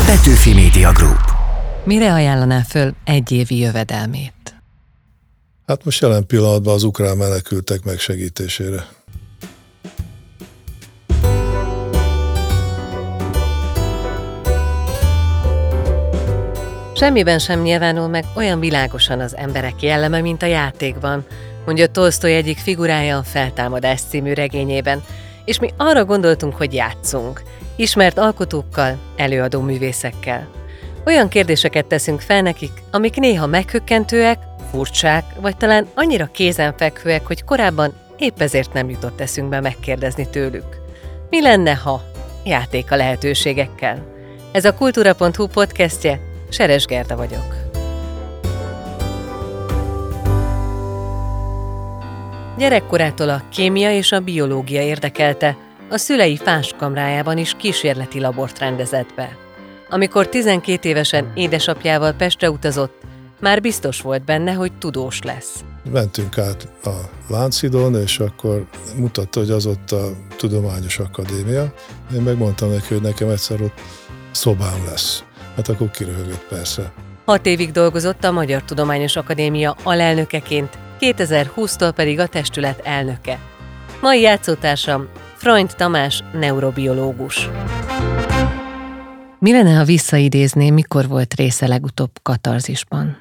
Petőfi Media Group. Mire ajánlaná föl egy évi jövedelmét? Hát most jelen pillanatban az ukrán menekültek megsegítésére. Semmiben sem nyilvánul meg olyan világosan az emberek jelleme, mint a játékban, mondja Tolsztoj egyik figurája a Feltámadás című regényében, és mi arra gondoltunk, hogy játszunk, ismert alkotókkal, előadó művészekkel. Olyan kérdéseket teszünk fel nekik, amik néha meghökkentőek, furcsák, vagy talán annyira kézenfekvőek, hogy korábban épp ezért nem jutott eszünkbe megkérdezni tőlük. Mi lenne, ha? Játék a lehetőségekkel. Ez a Kultúra.hu podcastje, Seres Gerda vagyok. Gyerekkorától a kémia és a biológia érdekelte, a szülei fáskamrájában is kísérleti labort rendezett be. Amikor 12 évesen édesapjával Pestre utazott, már biztos volt benne, hogy tudós lesz. Mentünk át a Lánchidon, és akkor mutatta, hogy az ott a Tudományos Akadémia. Én megmondtam neki, hogy nekem egyszer ott szobám lesz. Hát akkor kiröhögött persze. 6 évig dolgozott a Magyar Tudományos Akadémia alelnökeként, 2020-tól pedig a testület elnöke. Mai játszótársam Freund Tamás, neurobiológus. Mi lenne, ha visszaidézné, mikor volt része legutóbb Katarzisban?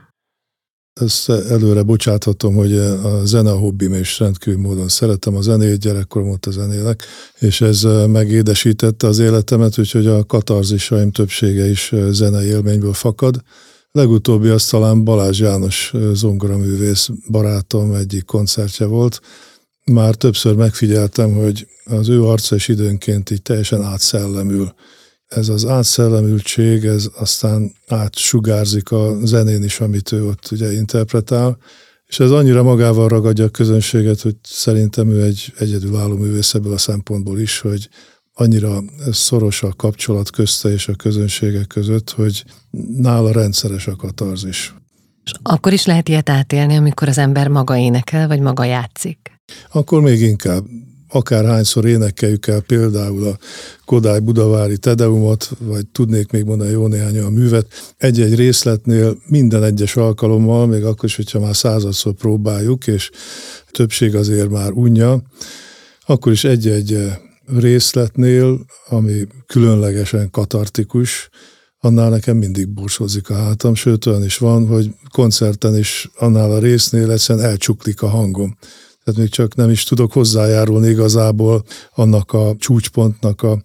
Ezt előre bocsáthatom, hogy a zene a hobbim, és rendkívül módon szeretem a zenét, gyerekkorom óta zenélek, és ez megédesítette az életemet, úgyhogy a katarzisaim többsége is zenei élményből fakad. Legutóbbi az talán Balázs János zongoraművész barátom egyik koncertje volt. Már többször megfigyeltem, hogy az ő arca is időnként így teljesen átszellemül. Ez az átszellemültség, ez aztán átsugárzik a zenén is, amit ő ott ugye interpretál, és ez annyira magával ragadja a közönséget, hogy szerintem ő egy egyedülálló művész ebből a szempontból is, hogy annyira szoros a kapcsolat közte és a közönségek között, hogy nála rendszeres a katarzis. És akkor is lehet ilyet átélni, amikor az ember maga énekel, vagy maga játszik? Akkor még inkább. Akárhányszor énekeljük el például a Kodály Budavári Tedeumot, vagy tudnék még mondani jó néhány olyan művet, egy-egy részletnél minden egyes alkalommal, még akkor is, hogyha már 100-szor próbáljuk, és többség azért már unja, akkor is egy-egy részletnél, ami különlegesen katartikus, annál nekem mindig borsózik a hátam, sőt olyan is van, hogy koncerten is annál a résznél egyszerűen elcsuklik a hangom. Tehát még csak nem is tudok hozzájárulni igazából annak a csúcspontnak a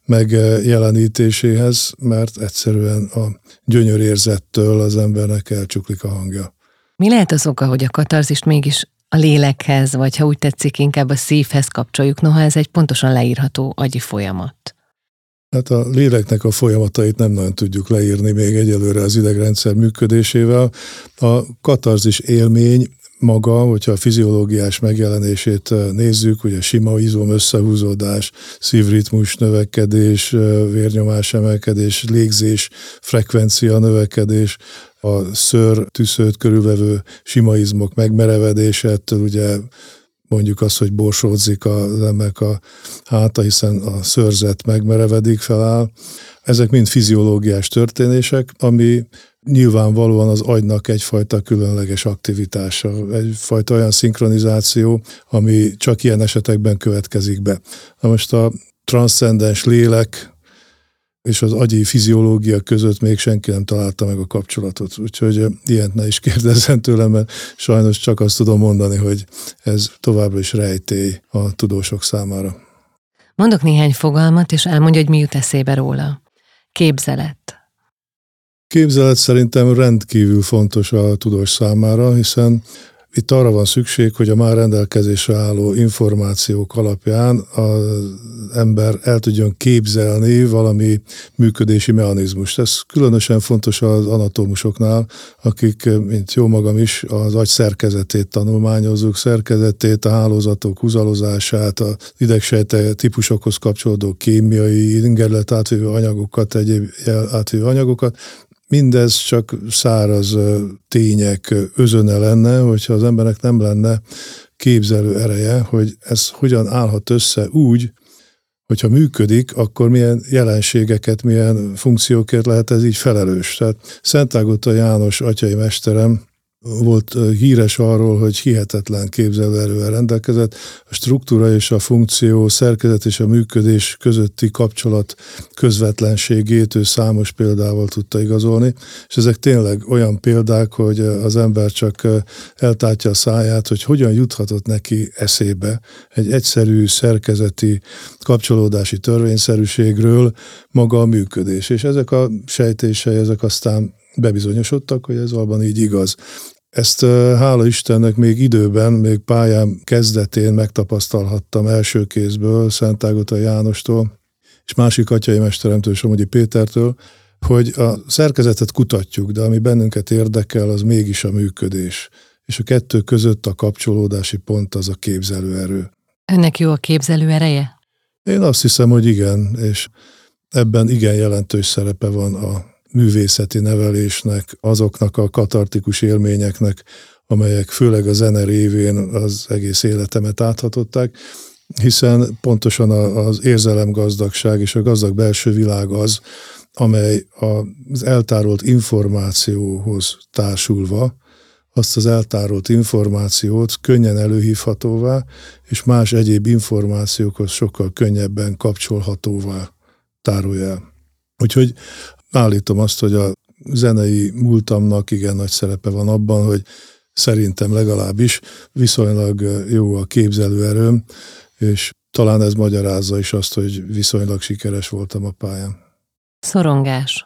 megjelenítéséhez, mert egyszerűen a gyönyörérzettől az embernek elcsuklik a hangja. Mi lehet az oka, hogy a katarzist mégis a lélekhez, vagy ha úgy tetszik, inkább a szívhez kapcsoljuk, noha ez egy pontosan leírható agyi folyamat? Hát a léleknek a folyamatait nem nagyon tudjuk leírni még egyelőre az idegrendszer működésével. A katarzis élmény maga, hogyha a fiziológiás megjelenését nézzük, ugye sima izom összehúzódás, szívritmus növekedés, vérnyomás emelkedés, légzés, frekvencia növekedés, a szőrtűszőt körülvevő sima izmok megmerevedése, ettől ugye mondjuk azt, hogy borsódzik az embernek a háta, hiszen a szőrzet megmerevedik, feláll. Ezek mind fiziológiás történések, ami nyilvánvalóan az agynak egyfajta különleges aktivitása, egyfajta olyan szinkronizáció, ami csak ilyen esetekben következik be. Na most a transzcendens lélek és az agyi fiziológia között még senki nem találta meg a kapcsolatot, úgyhogy ilyent ne is kérdezzen tőlem, mert sajnos csak azt tudom mondani, hogy ez továbbra is rejtély a tudósok számára. Mondok néhány fogalmat, és elmondja, hogy mi jut eszébe róla. Képzelet. Képzelet szerintem rendkívül fontos a tudós számára, hiszen itt arra van szükség, hogy a már rendelkezésre álló információk alapján az ember el tudjon képzelni valami működési mechanizmust. Ez különösen fontos az anatómusoknál, akik, mint jó magam is, az agy szerkezetét tanulmányozzuk, szerkezetét, a hálózatok húzalozását, az idegsejtek típusokhoz kapcsolódó kémiai, ingerület átvevő anyagokat, egyéb átvevő anyagokat. Mindez csak száraz tények özöne lenne, hogyha az embernek nem lenne képzelő ereje, hogy ez hogyan állhat össze úgy, hogyha működik, akkor milyen jelenségeket, milyen funkciókért lehet ez így felelős. Tehát Szentágota János atyai mesterem volt híres arról, hogy hihetetlen képzelőerővel rendelkezett, a struktúra és a funkció, szerkezet és a működés közötti kapcsolat közvetlenségét ő számos példával tudta igazolni, és ezek tényleg olyan példák, hogy az ember csak eltátja a száját, hogy hogyan juthatott neki eszébe egy egyszerű szerkezeti kapcsolódási törvényszerűségről maga a működés. És ezek a sejtései, ezek aztán bebizonyosodtak, hogy ez valóban így igaz. Ezt hála Istennek még időben, még pályám kezdetén megtapasztalhattam első kézből, Szentágota Jánostól, és másik atyai mesteremtől, Somogyi Pétertől, hogy a szerkezetet kutatjuk, de ami bennünket érdekel, az mégis a működés. És a kettő között a kapcsolódási pont az a képzelőerő. Önnek jó a képzelőereje? Én azt hiszem, hogy igen, és ebben igen jelentős szerepe van a művészeti nevelésnek, azoknak a katartikus élményeknek, amelyek főleg a zene révén az egész életemet áthatották, hiszen pontosan az érzelemgazdagság és a gazdag belső világ az, amely az eltárolt információhoz társulva, azt az eltárolt információt könnyen előhívhatóvá, és más egyéb információkhoz sokkal könnyebben kapcsolhatóvá tárolja el. Úgyhogy állítom azt, hogy a zenei múltamnak igen nagy szerepe van abban, hogy szerintem legalábbis viszonylag jó a képzelőerőm, és talán ez magyarázza is azt, hogy viszonylag sikeres voltam a pályán. Szorongás.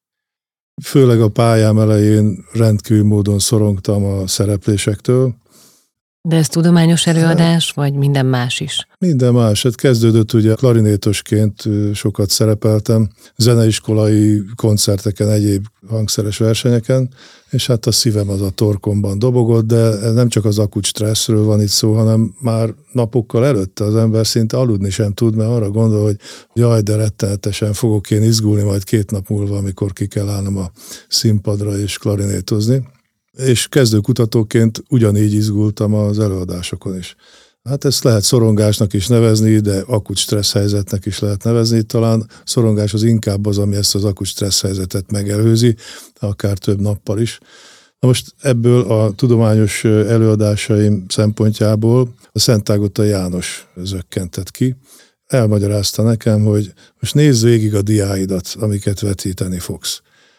Főleg a pályám elején rendkívül módon szorongtam a szereplésektől. De ez tudományos előadás, vagy minden más is? Minden más. Hát kezdődött ugye klarinétosként sokat szerepeltem, zeneiskolai koncerteken, egyéb hangszeres versenyeken, és hát a szívem az a torkomban dobogott, de nem csak az akut stresszről van itt szó, hanem már napokkal előtte az ember szinte aludni sem tud, mert arra gondol, hogy jaj, de rettenetesen fogok én izgulni majd 2 nap múlva, amikor ki kell állnom a színpadra és klarinétozni. És kezdőkutatóként ugyanígy izgultam az előadásokon is. Hát ezt lehet szorongásnak is nevezni, de akut stressz helyzetnek is lehet nevezni. Talán szorongás az inkább az, ami ezt az akut stressz helyzetet megelőzi, akár több nappal is. Na most ebből a tudományos előadásaim szempontjából a Szentágota János zökkentett ki. Elmagyarázta nekem, hogy most nézz végig a diáidat, amiket vetíteni fogsz.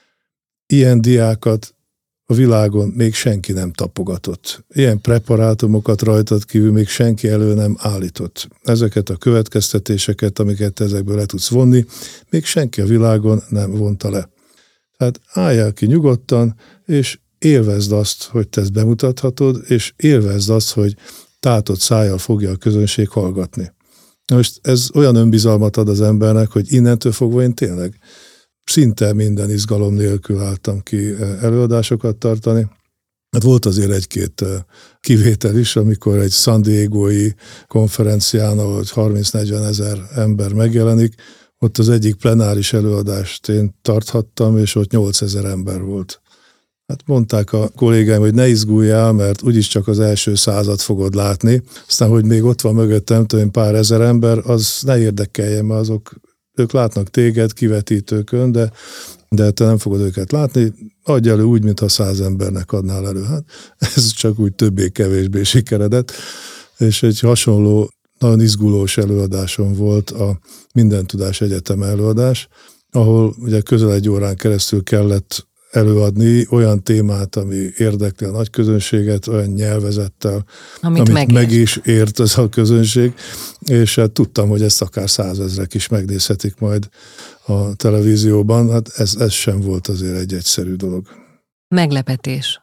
Ilyen diákat a világon még senki nem tapogatott. Ilyen preparátumokat rajtad kívül még senki elő nem állított. Ezeket a következtetéseket, amiket ezekből le tudsz vonni, még senki a világon nem vonta le. Tehát álljál ki nyugodtan, és élvezd azt, hogy te ezt bemutathatod, és élvezd azt, hogy tátott szájjal fogja a közönség hallgatni. Most ez olyan önbizalmat ad az embernek, hogy innentől fogva én tényleg szinte minden izgalom nélkül álltam ki előadásokat tartani. Hát volt azért 1-2 kivétel is, amikor egy San Diego-i konferencián, ahol 30-40 ezer ember megjelenik, ott az egyik plenáris előadást én tarthattam, és ott 8000 ember volt. Hát mondták a kollégáim, hogy ne izguljál, mert úgyis csak az első 100-at fogod látni. Aztán, hogy még ott van mögöttem pár ezer ember, az ne érdekeljen, mert ők látnak téged kivetítőkön, de te nem fogod őket látni. Adj elő úgy, mintha 100 embernek adnál elő. Hát ez csak úgy többé-kevésbé sikeredett. És egy hasonló, nagyon izgulós előadásom volt a Minden Tudás Egyetem előadás, ahol ugye közel 1 órán keresztül kellett előadni olyan témát, ami érdekli a nagy közönséget, olyan nyelvezettel, amit meg is ért az a közönség, és hát tudtam, hogy ezt akár 100 000-ek is megnézhetik majd a televízióban. Hát ez sem volt azért egy egyszerű dolog. Meglepetés.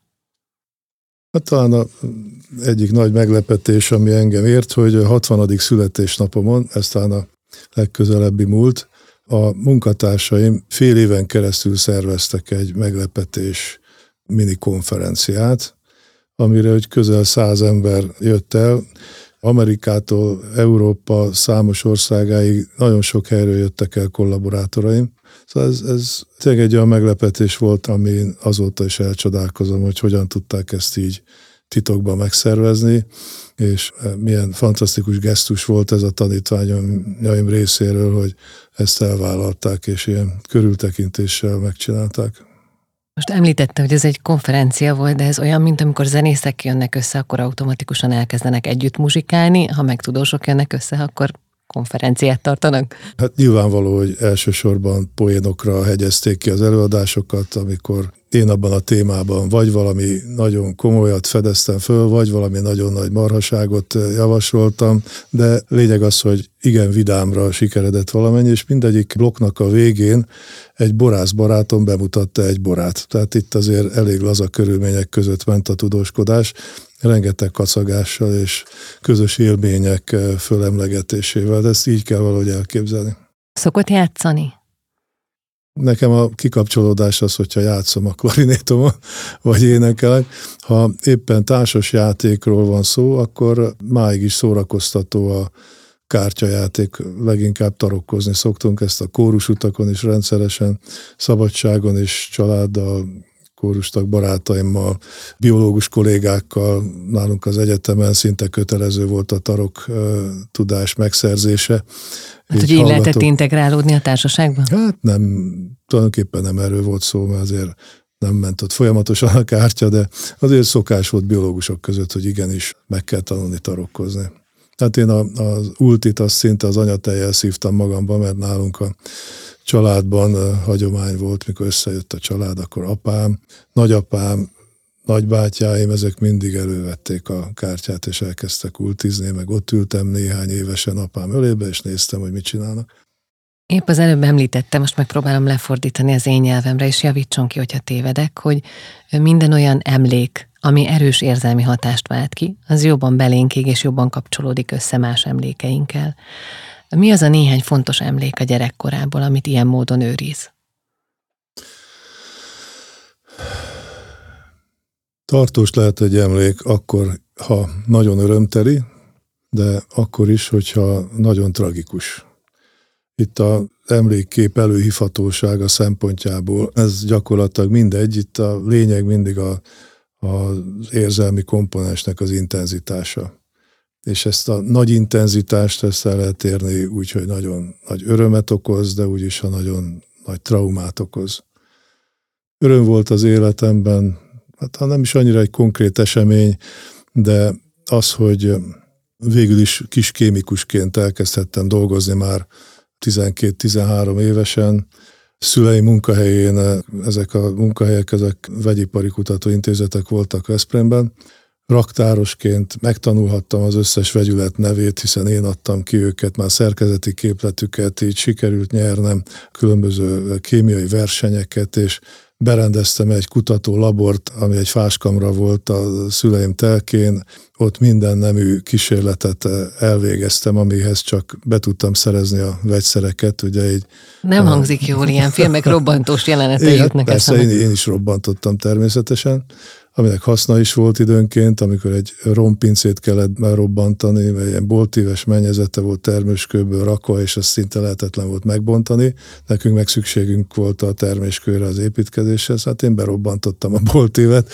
Hát talán egyik nagy meglepetés, ami engem ért, hogy a 60. születésnapomon, ez talán a legközelebbi múlt, a munkatársaim fél éven keresztül szerveztek egy meglepetés mini konferenciát, amire hogy közel 100 ember jött el. Amerikától Európa számos országáig nagyon sok helyről jöttek el kollaborátoraim. Szóval ez tényleg egy olyan meglepetés volt, amin azóta is elcsodálkozom, hogy hogyan tudták ezt így titokban megszervezni, és milyen fantasztikus gesztus volt ez a tanítványaim részéről, hogy ezt elvállalták, és ilyen körültekintéssel megcsinálták. Most említette, hogy ez egy konferencia volt, de ez olyan, mint amikor zenészek jönnek össze, akkor automatikusan elkezdenek együtt muzsikálni, ha meg tudósok jönnek össze, akkor konferenciát tartanak? Hát nyilvánvaló, hogy elsősorban poénokra hegyezték ki az előadásokat, amikor én abban a témában vagy valami nagyon komolyat fedeztem föl, vagy valami nagyon nagy marhaságot javasoltam, de lényeg az, hogy igen vidámra sikeredett valamennyi, és mindegyik blokknak a végén egy borász barátom bemutatta egy borát. Tehát itt azért elég laza körülmények között ment a tudóskodás, rengeteg kacagással és közös élmények fölemlegetésével, de ezt így kell valahogy elképzelni. Szokott játszani? Nekem a kikapcsolódás az, hogyha játszom a klarinétomon, vagy énekelek. Ha éppen társas játékról van szó, akkor máig is szórakoztató a kártyajáték, leginkább tarokkozni szoktunk, ezt a kórusutakon is rendszeresen, szabadságon is, családdal, kórustag barátaimmal, biológus kollégákkal, nálunk az egyetemen szinte kötelező volt a tarok tudás megszerzése. Hát, hogy így lehetett integrálódni a társaságban? Hát nem, tulajdonképpen nem erről volt szó, mert azért nem ment ott folyamatosan a kártya, de azért szokás volt biológusok között, hogy igenis meg kell tanulni tarokkozni. Hát én az ultit azt szinte az anyatejjel szívtam magamba, mert nálunk a családban hagyomány volt, mikor összejött a család, akkor apám, nagyapám, nagybátyáim, ezek mindig elővették a kártyát, és elkezdtek ultizni, meg ott ültem néhány évesen apám ölébe, és néztem, hogy mit csinálnak. Épp az előbb említettem, most megpróbálom lefordítani az én nyelvemre, és javítson ki, hogyha tévedek, hogy minden olyan emlék, ami erős érzelmi hatást vált ki, az jobban belénk ég, és jobban kapcsolódik össze más emlékeinkkel. Mi az a néhány fontos emlék a gyerekkorából, amit ilyen módon őriz? Tartós lehet egy emlék akkor, ha nagyon örömteli, de akkor is, hogyha nagyon tragikus. Itt az emlékkép előhívhatósága szempontjából ez gyakorlatilag mindegy, itt a lényeg mindig az érzelmi komponensnek az intenzitása. És ezt a nagy intenzitást ezt el lehet érni úgy, hogy nagyon nagy örömet okoz, de úgyis, ha nagyon nagy traumát okoz. Öröm volt az életemben, hát ha nem is annyira egy konkrét esemény, de az, hogy végül is kis kémikusként elkezdhettem dolgozni már 12-13 évesen, szüleim munkahelyén, ezek a munkahelyek, ezek vegyipari kutatóintézetek voltak Veszprémben. Raktárosként megtanulhattam az összes vegyület nevét, hiszen én adtam ki őket, már szerkezeti képletüket, így sikerült nyernem különböző kémiai versenyeket, és berendeztem egy kutató labort, ami egy fáskamra volt a szüleim telkén, ott minden nemű kísérletet elvégeztem, amihez csak be tudtam szerezni a vegyszereket, ugye így. Nem hangzik jól, ilyen filmek robbantós jelenetei jutnak eszembe. Persze, én is robbantottam természetesen, aminek haszna is volt időnként, amikor egy rompincét kellett megrobbantani, mert ilyen boltíves mennyezete volt terméskőből rakva, és azt szinte lehetetlen volt megbontani. Nekünk meg szükségünk volt a terméskőre az építkezéshez, hát én berobbantottam a boltívet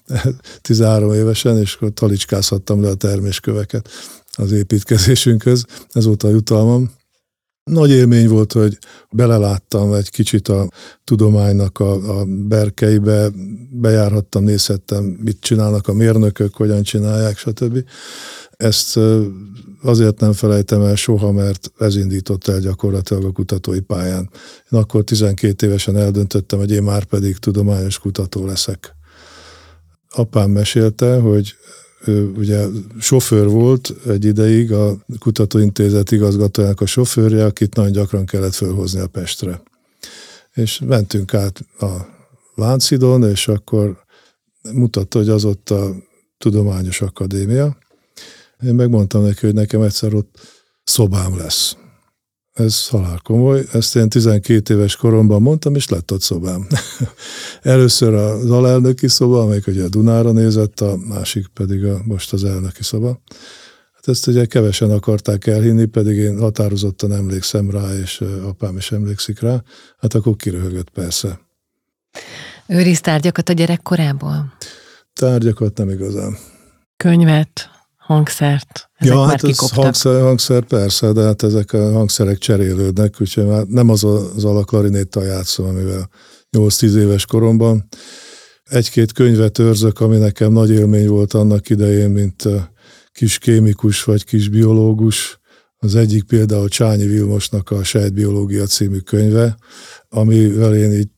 13 évesen, és akkor talicskázhattam le a termésköveket az építkezésünkhöz. Ez volt a jutalmam. Nagy élmény volt, hogy beleláttam egy kicsit a tudománynak a berkeibe, bejárhattam, nézhettem, mit csinálnak a mérnökök, hogyan csinálják, stb. Ezt azért nem felejtem el soha, mert ez indított el gyakorlatilag a kutatói pályán. Én akkor 12 évesen eldöntöttem, hogy én már pedig tudományos kutató leszek. Apám mesélte, hogy ő ugye sofőr volt egy ideig, a kutatóintézet igazgatójának a sofőrje, akit nagyon gyakran kellett fölhozni a Pestre. És mentünk át a Lánchidon, és akkor mutatta, hogy az ott a Tudományos Akadémia. Én megmondtam neki, hogy nekem egyszer ott szobám lesz. Ez halál komoly, ezt én 12 éves koromban mondtam, és lett ott szobám. Először az alelnöki szoba, amelyik ugye a Dunára nézett, a másik pedig most az elnöki szoba. Hát ezt ugye kevesen akarták elhinni, pedig én határozottan emlékszem rá, és apám is emlékszik rá. Hát akkor kiröhögött persze. Őriz tárgyakat a gyerekkorából? Tárgyakat nem igazán. Könyvet, hangszert, ezek Ja, már hát ez kikoptak. hangszer persze, de hát ezek a hangszerek cserélődnek, úgyhogy már nem az alaklarinéttal játszom, amivel 8-10 éves koromban. Egy-két könyvet őrzök, ami nekem nagy élmény volt annak idején, mint kis kémikus vagy kis biológus. Az egyik például Csányi Vilmosnak a Sejtbiológia című könyve, amivel én így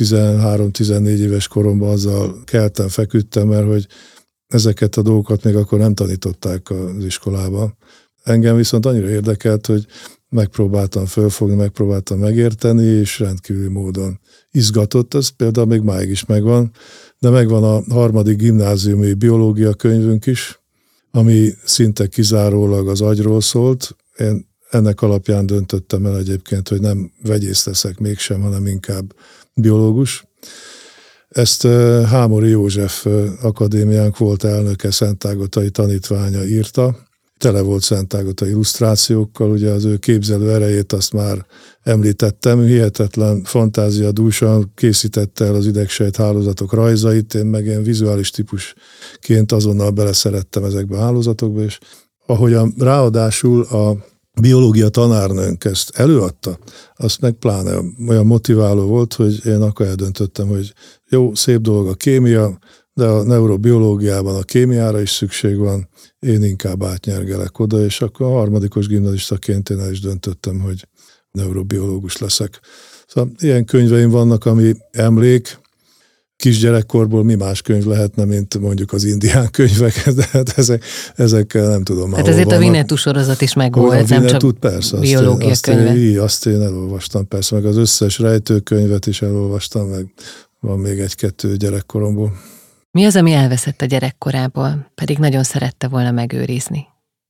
13-14 éves koromban azzal keltem, feküdtem, mert hogy ezeket a dolgokat még akkor nem tanították az iskolában. Engem viszont annyira érdekelt, hogy megpróbáltam fölfogni, megpróbáltam megérteni, és rendkívüli módon izgatott. Ez például még máig is megvan, de megvan a 3. gimnáziumi biológia könyvünk is, ami szinte kizárólag az agyról szólt. Én ennek alapján döntöttem el egyébként, hogy nem vegyész leszek mégsem, hanem inkább biológus. Ezt Hámori József akadémiánk volt elnöke, szentágotai tanítványa írta. Tele volt szentágotai illusztrációkkal, ugye az ő képzelő erejét azt már említettem, hihetetlen fantáziadúsan készítette el az idegsejt hálózatok rajzait, én meg ilyen vizuális típusként azonnal beleszerettem ezekbe a hálózatokba, és ahogyan ráadásul a biológia tanárnőnk ezt előadta, azt meg pláne olyan motiváló volt, hogy én akkor eldöntöttem, hogy jó, szép dolog a kémia, de a neurobiológiában a kémiára is szükség van, én inkább átnyergelek oda, és akkor a 3. gimnazistaként én el is döntöttem, hogy neurobiológus leszek. Szóval ilyen könyveim vannak, ami emlék. Kisgyerekkorból mi más könyv lehetne, mint mondjuk az indián könyvek, de hát ezekkel nem tudom már. Hát ezért a Winnetou sorozat is megvolt, nem csak persze, biológia könyve. Azt én elolvastam, persze, meg az összes rejtőkönyvet is elolvastam, meg van még 1-2 gyerekkoromból. Mi az, ami elveszett a gyerekkorából, pedig nagyon szerette volna megőrizni?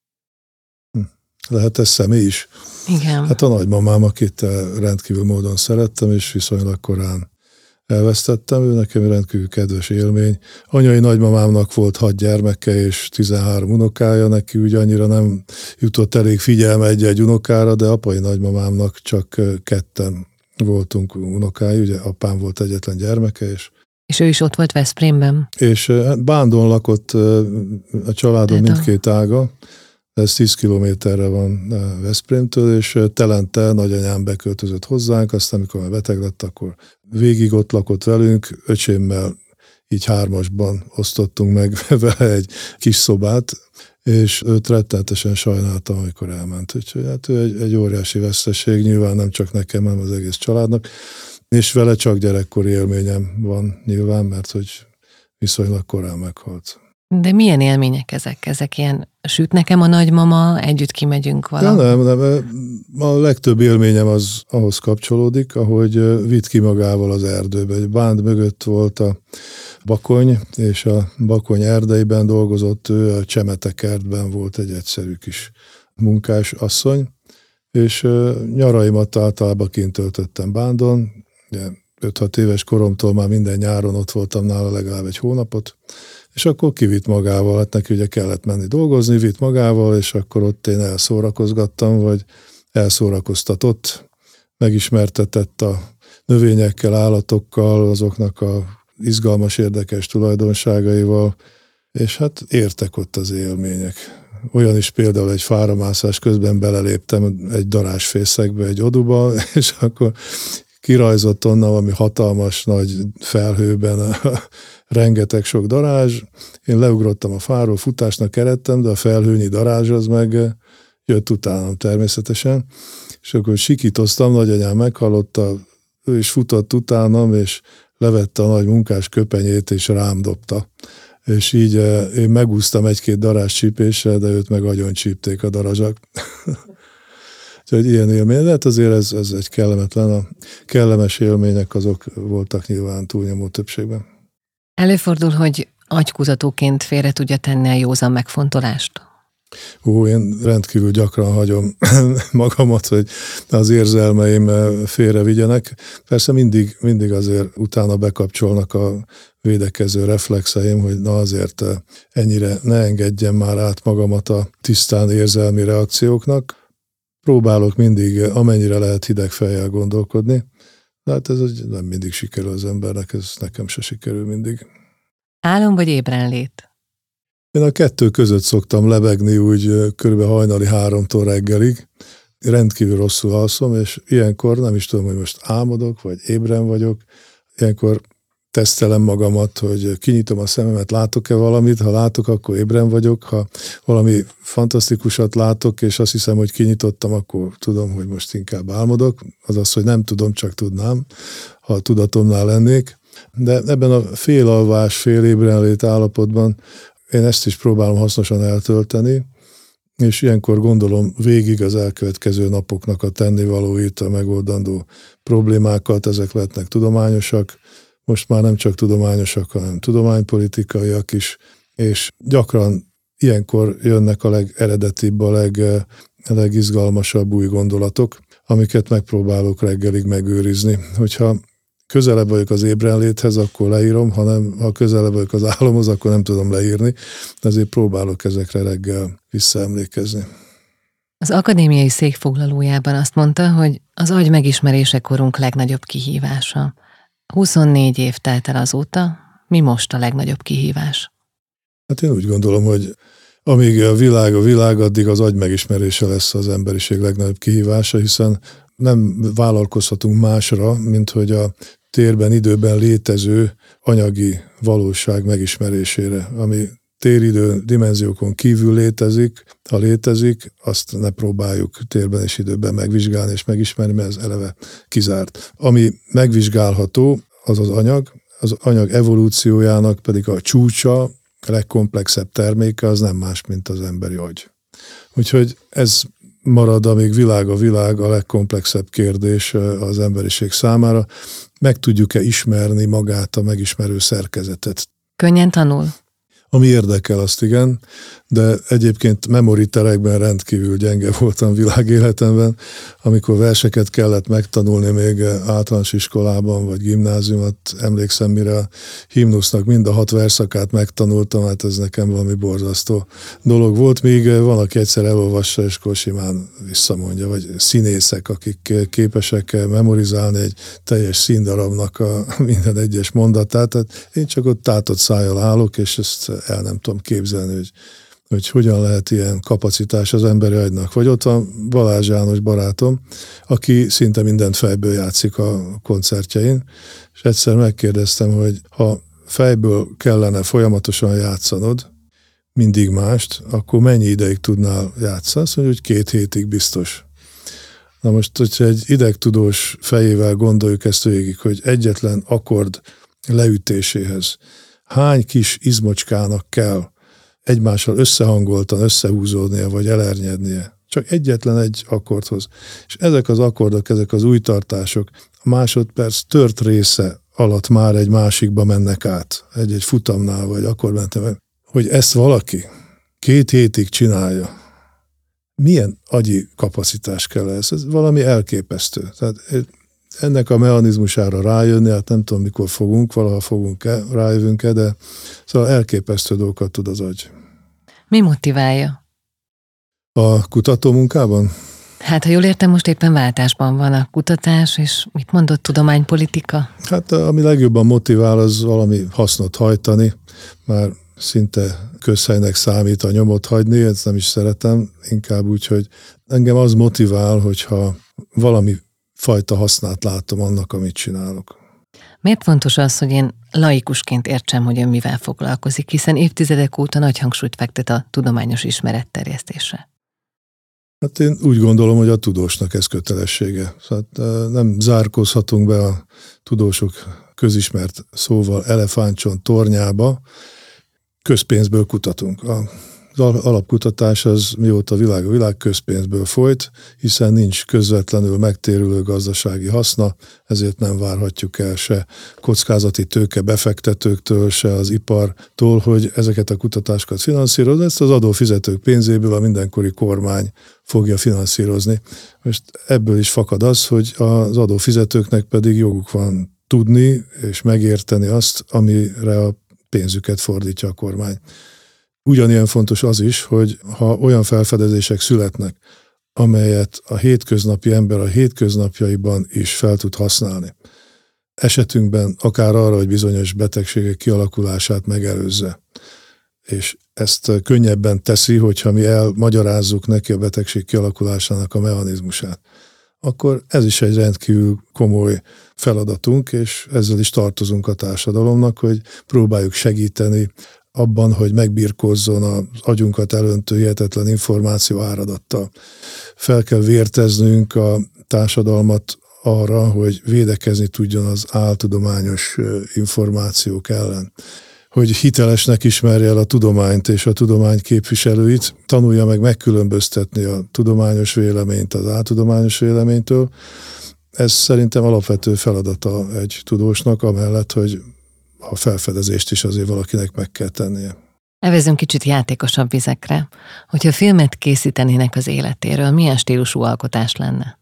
Lehet ez személy is. Igen. Hát a nagymamám, akit rendkívül módon szerettem, és viszonylag korán elvesztettem, ő nekem rendkívül kedves élmény. Anyai nagymamámnak volt 6 gyermeke és 13 unokája, neki úgy annyira nem jutott elég figyelme egy unokára, de apai nagymamámnak csak 2-en voltunk unokái, ugye apám volt egyetlen gyermeke, és ő is ott volt Veszprémben? És Bándon lakott a családom mindkét ága, ez 10 kilométerre van Veszprémtől, és telente nagyanyám beköltözött hozzánk, aztán amikor már beteg lett, akkor végig ott lakott velünk, öcsémmel így 3-asban osztottunk meg vele egy kis szobát, és őt rettenetesen sajnáltam, amikor elment. Úgyhogy hát ő egy óriási veszteség, nyilván nem csak nekem, hanem az egész családnak, és vele csak gyerekkori élményem van nyilván, mert hogy viszonylag korán meghalt. De milyen élmények ezek? Ezek ilyen, süt nekem a nagymama, együtt kimegyünk valahol? Ja, nem. A legtöbb élményem az ahhoz kapcsolódik, ahogy vitt ki magával az erdőbe. Egy Bánd mögött volt a Bakony, és a Bakony erdeiben dolgozott ő, a Csemetekertben volt egy egyszerű kis munkás asszony, és nyaraimat általában kint töltöttem Bándon, 5-6 éves koromtól már minden nyáron ott voltam nála legalább egy hónapot, és akkor kivitt magával, hát neki ugye kellett menni dolgozni, vitt magával, és akkor ott én elszórakozgattam, vagy elszórakoztatott, megismertetett a növényekkel, állatokkal, azoknak a izgalmas, érdekes tulajdonságaival, és hát értek ott az élmények. Olyan is például egy fáramászás közben beleléptem egy darázsfészekbe, egy oduba, és akkor kirajzott onnan valami hatalmas nagy felhőben rengeteg sok darázs. Én leugrottam a fáról, futásnak eredtem, de a felhőnyi darázs az meg jött utánam természetesen. És akkor sikítoztam, nagyanyám meghallotta, ő is futott utánam, és levette a nagy munkás köpenyét, és rám dobta. És így én megúsztam 1-2 darázs csípéssel, de őt meg agyon csípték a darazsak. Úgyhogy ilyen élmény, de hát azért ez egy kellemetlen, a kellemes élmények azok voltak nyilván túlnyomó többségben. Előfordul, hogy agykutatóként félre tudja tenni a józan megfontolást? Én rendkívül gyakran hagyom magamat, hogy az érzelmeim félre vigyenek. Persze mindig azért utána bekapcsolnak a védekező reflexeim, hogy na azért ennyire ne engedjem már át magamat a tisztán érzelmi reakcióknak. Próbálok mindig, amennyire lehet hideg fejjel gondolkodni. De hát ez nem mindig sikerül az embernek, ez nekem se sikerül mindig. Álom vagy ébrenlét? Én a kettő között szoktam lebegni úgy körülbelül hajnali 3-tól reggelig. Rendkívül rosszul alszom, és ilyenkor nem is tudom, hogy most álmodok, vagy ébren vagyok. Ilyenkor tesztelem magamat, hogy kinyitom a szememet, látok-e valamit, ha látok, akkor ébren vagyok, ha valami fantasztikusat látok, és azt hiszem, hogy kinyitottam, akkor tudom, hogy most inkább álmodok. Azaz, hogy nem tudom, csak tudnám, ha a tudatomnál lennék. De ebben a félalvás, fél ébrenlét állapotban én ezt is próbálom hasznosan eltölteni, és ilyenkor gondolom végig az elkövetkező napoknak a tennivalóit, a megoldandó problémákat, ezek lehetnek tudományosak, most már nem csak tudományosak, hanem tudománypolitikaiak is, és gyakran ilyenkor jönnek a legeredetibb, a legizgalmasabb új gondolatok, amiket megpróbálok reggelig megőrizni. Hogyha közelebb vagyok az ébrenléthez, akkor leírom, ha közelebb vagyok az álomhoz, akkor nem tudom leírni, ezért próbálok ezekre reggel visszaemlékezni. Az akadémiai székfoglalójában azt mondta, hogy az agy megismerése korunk legnagyobb kihívása. 24 év telt el azóta, mi most a legnagyobb kihívás? Hát én úgy gondolom, hogy amíg a világ, addig az agy megismerése lesz az emberiség legnagyobb kihívása, hiszen nem vállalkozhatunk másra, mint hogy a térben, időben létező anyagi valóság megismerésére, ami téridő dimenziókon kívül létezik, ha létezik, azt ne próbáljuk térben és időben megvizsgálni és megismerni, mert ez eleve kizárt. Ami megvizsgálható, az anyag evolúciójának pedig a csúcsa, a legkomplexebb terméke, az nem más, mint az emberi agy. Úgyhogy ez marad, amíg világ a legkomplexebb kérdés az emberiség számára. Meg tudjuk-e ismerni magát, a megismerő szerkezetet? Könnyen tanul? Ami érdekel, azt igen, de egyébként memoriterekben rendkívül gyenge voltam világéletemben, amikor verseket kellett megtanulni még általános iskolában, vagy gimnáziumot, emlékszem, mire a himnusznak mind a 6 verszakát megtanultam, hát ez nekem valami borzasztó dolog volt, míg van, aki egyszer elolvassa, és akkor simán visszamondja, vagy színészek, akik képesek memorizálni egy teljes színdarabnak a minden egyes mondatát, tehát én csak ott tátott szájjal állok, és ezt el nem tudom képzelni, hogy hogyan lehet ilyen kapacitás az emberi agynak. Vagy ott van Balázs János barátom, aki szinte mindent fejből játszik a koncertjein, és egyszer megkérdeztem, hogy ha fejből kellene folyamatosan játszanod, mindig mást, akkor mennyi ideig tudnál játszani? Azt mondja, hogy 2 hétig biztos. Na most, hogyha egy idegtudós fejével gondoljuk ezt végig, hogy egyetlen akkord leütéséhez hány kis izmocskának kell egymással összehangoltan összehúzódnia, vagy elernyednie. Csak egyetlen egy akkordhoz. És ezek az akkordok, ezek az új tartások a másodperc tört része alatt már egy másikba mennek át. Egy futamnál, vagy akkordmenetemben. Hogy ezt valaki 2 hétig csinálja, milyen agyi kapacitás kell ez valami elképesztő. Tehát ennek a mechanizmusára rájönni, hát nem tudom, mikor valaha fogunk-e, rájövünk-e, de szóval elképesztő dolgokat tud az agy. Mi motiválja? A kutatómunkában? Hát, ha jól értem, most éppen váltásban van a kutatás, és mit mondott, tudománypolitika? Hát ami legjobban motivál, az valami hasznot hajtani, már szinte közhelynek számít a nyomot hagyni, ezt nem is szeretem, inkább úgy, hogy engem az motivál, hogyha valami fajta hasznát látom annak, amit csinálok. Miért fontos az, hogy én laikusként értsem, hogy ön mivel foglalkozik, hiszen évtizedek óta nagy hangsúlyt fektet a tudományos ismeretterjesztésre? Hát én úgy gondolom, hogy a tudósnak ez kötelessége. Tehát nem zárkózhatunk be a tudósok közismert szóval elefántcsont tornyába, közpénzből kutatunk. Az alapkutatás az mióta a világ közpénzből folyt, hiszen nincs közvetlenül megtérülő gazdasági haszna, ezért nem várhatjuk el se kockázati tőke befektetőktől, se az ipartól, hogy ezeket a kutatásokat finanszírozni. Ezt az adófizetők pénzéből a mindenkori kormány fogja finanszírozni. Most ebből is fakad az, hogy az adófizetőknek pedig joguk van tudni és megérteni azt, amire a pénzüket fordítja a kormány. Ugyanilyen fontos az is, hogy ha olyan felfedezések születnek, amelyet a hétköznapi ember a hétköznapjaiban is fel tud használni, esetünkben akár arra, hogy bizonyos betegségek kialakulását megelőzze, és ezt könnyebben teszi, hogyha mi elmagyarázzuk neki a betegség kialakulásának a mechanizmusát. Akkor ez is egy rendkívül komoly feladatunk, és ezzel is tartozunk a társadalomnak, hogy próbáljuk segíteni abban, hogy megbirkózzon az agyunkat elöntő hihetetlen információ áradattal. Fel kell vérteznünk a társadalmat arra, hogy védekezni tudjon az áltudományos információk ellen. Hogy hitelesnek ismerje el a tudományt és a tudomány képviselőit, tanulja meg megkülönböztetni a tudományos véleményt az áltudományos véleménytől. Ez szerintem alapvető feladata egy tudósnak, amellett, hogy a felfedezést is azért valakinek meg kell tennie. Evezünk kicsit játékosabb vizekre. Hogyha filmet készítenének az életéről, milyen stílusú alkotás lenne?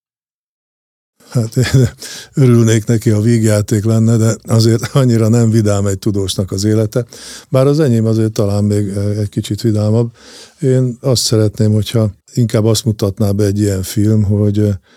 Hát én örülnék neki, ha vígjáték lenne, de azért annyira nem vidám egy tudósnak az élete. Bár az enyém azért talán még egy kicsit vidámabb. Én azt szeretném, hogyha inkább azt mutatná be egy ilyen film, hogy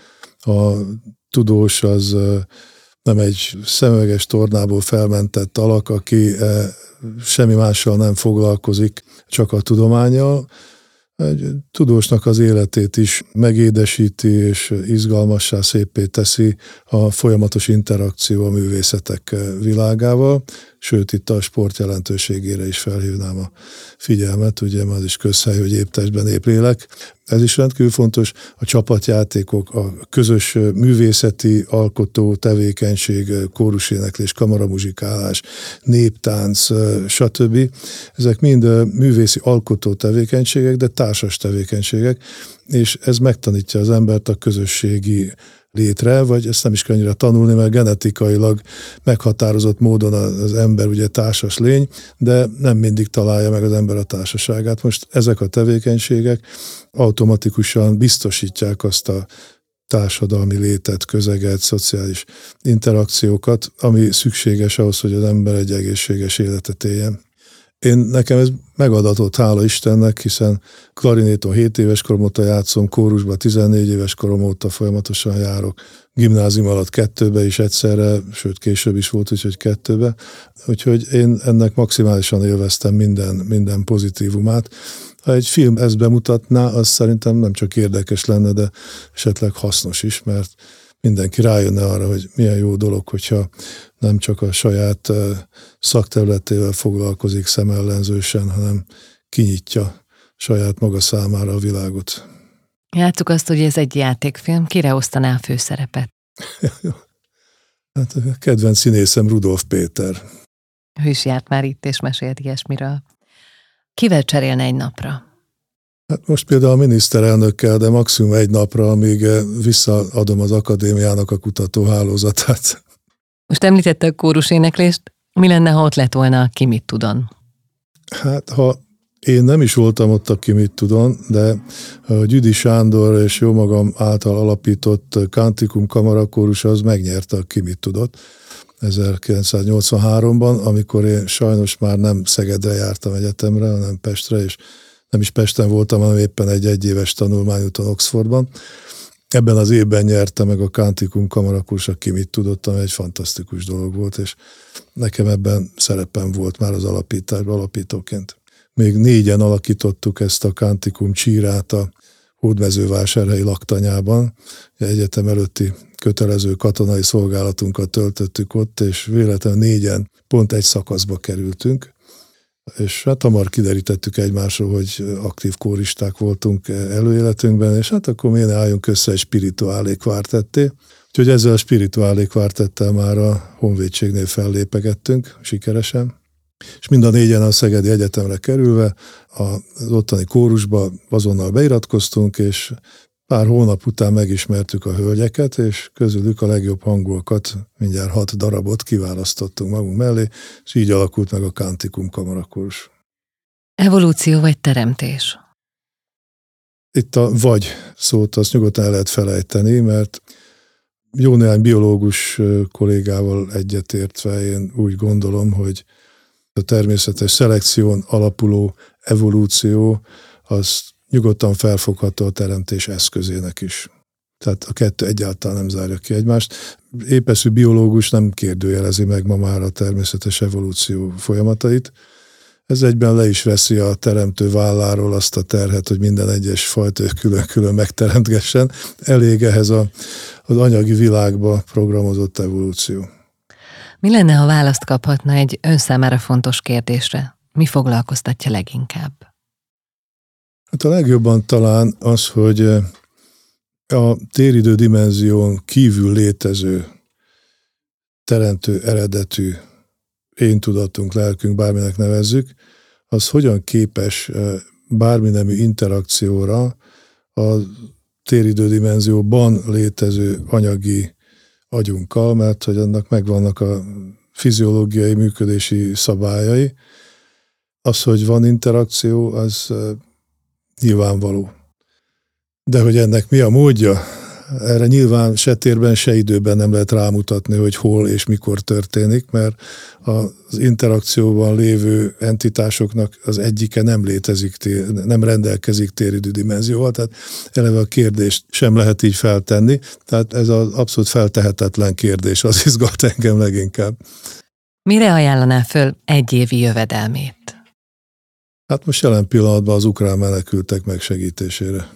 a tudós az nem egy szemüveges tornából felmentett alak, aki semmi mással nem foglalkozik, csak a tudománnyal. Egy tudósnak az életét is megédesíti és izgalmassá, széppé teszi a folyamatos interakció a művészetek világával, sőt itt a sport jelentőségére is felhívnám a figyelmet, ugye az is közhely, hogy épp testben, épp lélek. Ez is rendkívül fontos, a csapatjátékok, a közös művészeti alkotó tevékenység, kóruséneklés, kamaramuzsikálás, néptánc, stb. Ezek mind művészi alkotó tevékenységek, de társas tevékenységek, és ez megtanítja az embert a közösségi létre, vagy ezt nem is kell annyira tanulni, mert genetikailag meghatározott módon az ember ugye társas lény, de nem mindig találja meg az ember a társaságát. Most ezek a tevékenységek automatikusan biztosítják azt a társadalmi létet, közeget, szociális interakciókat, ami szükséges ahhoz, hogy az ember egy egészséges életet éljen. Nekem ez megadatott, hála Istennek, hiszen klarinéton 7 éves korom óta játszom, kórusba 14 éves korom óta folyamatosan járok, gimnázium alatt 2-be is egyszerre, sőt később is volt, úgyhogy 2-be. Úgyhogy én ennek maximálisan élveztem minden pozitívumát. Ha egy film ezt bemutatná, az szerintem nem csak érdekes lenne, de esetleg hasznos is, mert mindenki rájönne arra, hogy milyen jó dolog, hogyha nem csak a saját szakterületével foglalkozik szemellenzősen, hanem kinyitja saját maga számára a világot. Játsszuk azt, hogy ez egy játékfilm. Kire osztaná a főszerepet? Hát a kedvenc színészem Rudolf Péter. Ő is járt már itt, és mesélt ilyesmiről. Kivel cserélne egy napra? Hát most például a miniszterelnökkel, de maximum egy napra, amíg visszaadom az akadémiának a kutatóhálózatát. Most említette a kóruséneklést. Mi lenne, ha ott lett volna Ki mit tudon? Hát, ha én nem is voltam ott, aki mit tudon, de Gyüdi Sándor és jó magam által alapított Kantikum Kamarakórus az megnyerte a Ki mit tudott 1983-ban, amikor én sajnos már nem Szegedre jártam egyetemre, hanem Pestre, és nem is Pesten voltam, hanem éppen egy egyéves tanulmányúton Oxfordban. Ebben az évben nyerte meg a Kantikum Kamarakórus, aki mit tudott, ami egy fantasztikus dolog volt, és nekem ebben szerepem volt már az alapítóként. Még 4-en alakítottuk ezt a Kantikum csírát a Hódmezővásárhelyi laktanyában. Egyetem előtti kötelező katonai szolgálatunkat töltöttük ott, és véletlenül 4-en pont egy szakaszba kerültünk. És hát hamar kiderítettük egymásról, hogy aktív kóristák voltunk előéletünkben, és hát akkor miért ne álljunk össze egy spirituálé kvártetté. Úgyhogy ezzel a spirituálé kvártettel már a honvédségnél fellépegettünk sikeresen. És mind a 4-en a Szegedi Egyetemre kerülve az ottani kórusba azonnal beiratkoztunk, és pár hónap után megismertük a hölgyeket, és közülük a legjobb hangúakat, mindjárt 6 darabot kiválasztottunk magunk mellé, és így alakult meg a Kantikum Kamarakórus. Evolúció vagy teremtés? Itt a vagy szót azt nyugodtan el lehet felejteni, mert jó néhány biológus kollégával egyetértve én úgy gondolom, hogy a természetes szelekción alapuló evolúció az nyugodtan felfogható a teremtés eszközének is. Tehát a kettő egyáltalán nem zárja ki egymást. Épeszű biológus nem kérdőjelezi meg ma már a természetes evolúció folyamatait. Ez egyben le is veszi a teremtő válláról azt a terhet, hogy minden egyes fajta külön-külön megteremtgessen. Elég ehhez az anyagi világba programozott evolúció. Mi lenne, ha választ kaphatna egy ön számára fontos kérdésre? Mi foglalkoztatja leginkább? Hát a legjobban talán az, hogy a téridő dimenzión kívül létező, teremtő eredetű én tudatunk, lelkünk, bárminek nevezzük, az hogyan képes bármi nemű interakcióra a téridő dimenzióban létező anyagi agyunkkal, mert hogy annak megvannak a fiziológiai működési szabályai. Az, hogy van interakció, az nyilvánvaló. De hogy ennek mi a módja? Erre nyilván se térben, se időben nem lehet rámutatni, hogy hol és mikor történik, mert az interakcióban lévő entitásoknak az egyike nem létezik, nem rendelkezik téridő dimenzióval, tehát eleve a kérdést sem lehet így feltenni, tehát ez az abszolút feltehetetlen kérdés, az izgat engem leginkább. Mire ajánlaná föl egy évi jövedelmét? Hát most jelen pillanatban az ukrán menekültek megsegítésére.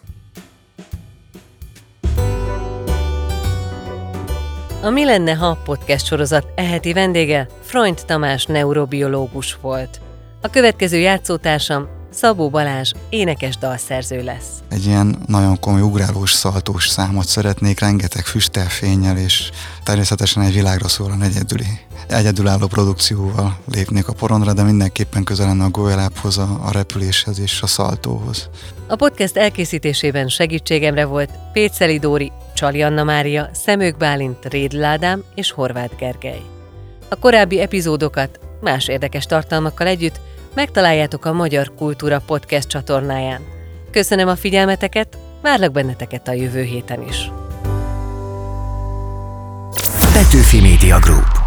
A Mi lenne, ha podcast sorozat eheti vendége Freund Tamás neurobiológus volt. A következő játszótársam Szabó Balázs énekes dalszerző lesz. Egy ilyen nagyon komoly ugrálós, szaltós számot szeretnék, rengeteg füstelfénnyel, és természetesen egy világra szólóan egyedülálló produkcióval lépnék a porondra, de mindenképpen közel lenne a golyólábhoz, a repüléshez és a szaltóhoz. A podcast elkészítésében segítségemre volt Péceli Dóri, Csali Anna Mária, Szemők Bálint, Rédl Ádám és Horváth Gergely. A korábbi epizódokat más érdekes tartalmakkal együtt megtaláljátok a Magyar Kultúra Podcast csatornáján. Köszönöm a figyelmeteket, várlak benneteket a jövő héten is. Petőfi Media Group.